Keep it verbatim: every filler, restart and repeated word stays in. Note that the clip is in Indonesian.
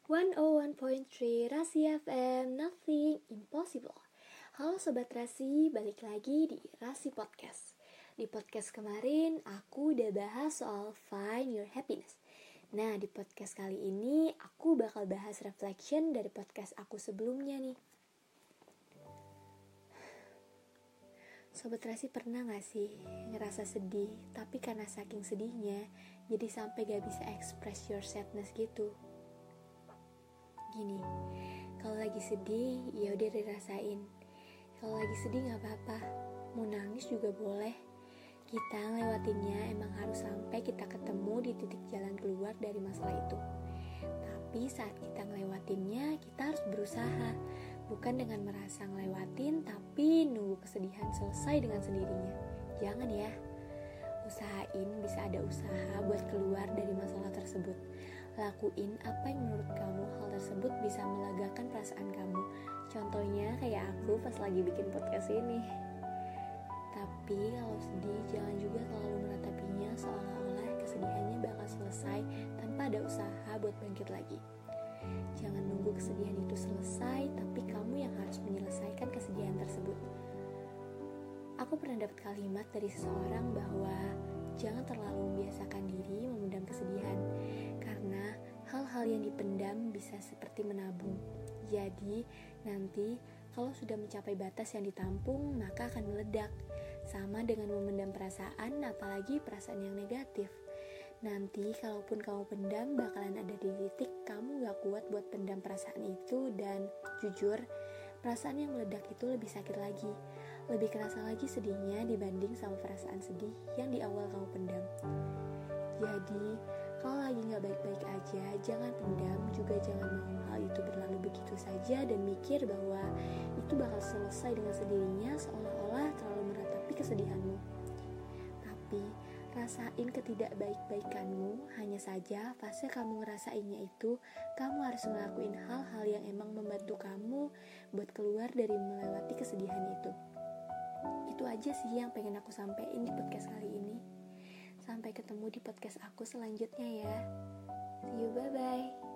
seratus satu koma tiga Rasi F M, Nothing Impossible. Halo Sobat Rasi, balik lagi di Rasi Podcast. Di podcast kemarin, aku udah bahas soal Find Your Happiness. Nah, di podcast kali ini, aku bakal bahas reflection dari podcast aku sebelumnya nih. Sobat Rasi pernah gak sih ngerasa sedih, tapi karena saking sedihnya, jadi sampai gak bisa express your sadness gitu? Gini, kalau lagi sedih, ya udah dirasain. Kalau lagi sedih nggak apa-apa, mau nangis juga boleh. Kita ngelewatinnya emang harus sampai kita ketemu di titik jalan keluar dari masalah itu. Tapi saat kita ngelewatinnya, kita harus berusaha, bukan dengan merasa ngelewatin, tapi nunggu kesedihan selesai dengan sendirinya. Jangan ya. Usahain bisa ada usaha buat keluar dari masalah tersebut. Lakuin apa yang menurut kamu hal tersebut bisa melegakan perasaan kamu. Contohnya kayak aku pas lagi bikin podcast ini. Tapi kalau sedih, jangan juga terlalu meratapinya seolah-olah kesedihannya bakal selesai tanpa ada usaha buat bangkit lagi. Jangan nunggu kesedihan itu selesai, tapi kamu yang harus menyelesaikan kesedihan tersebut. Aku pernah dapat kalimat dari seseorang bahwa jangan terlalu membiasakan diri memendam kesedihan, karena hal-hal yang dipendam bisa seperti menabung. Jadi, nanti kalau sudah mencapai batas yang ditampung, maka akan meledak. Sama dengan memendam perasaan, apalagi perasaan yang negatif. Nanti, kalaupun kamu pendam, bakalan ada di titik kamu gak kuat buat pendam perasaan itu, dan jujur, perasaan yang meledak itu lebih sakit lagi. Lebih kerasa lagi sedihnya dibanding sama perasaan sedih yang di awal kamu pendam. Jadi, kalau lagi gak baik-baik aja, jangan pendam, juga jangan mau hal itu berlalu begitu saja dan mikir bahwa itu bakal selesai dengan sendirinya seolah-olah terlalu meratapi kesedihanmu. Tapi, rasain ketidakbaik-baikanmu, hanya saja fase kamu ngerasainnya itu, kamu harus ngelakuin hal-hal yang emang membantu kamu buat keluar dari melewati kesedihan itu. Itu aja sih yang pengen aku sampein di podcast kali ini. Sampai ketemu di podcast aku selanjutnya ya. See you, bye-bye.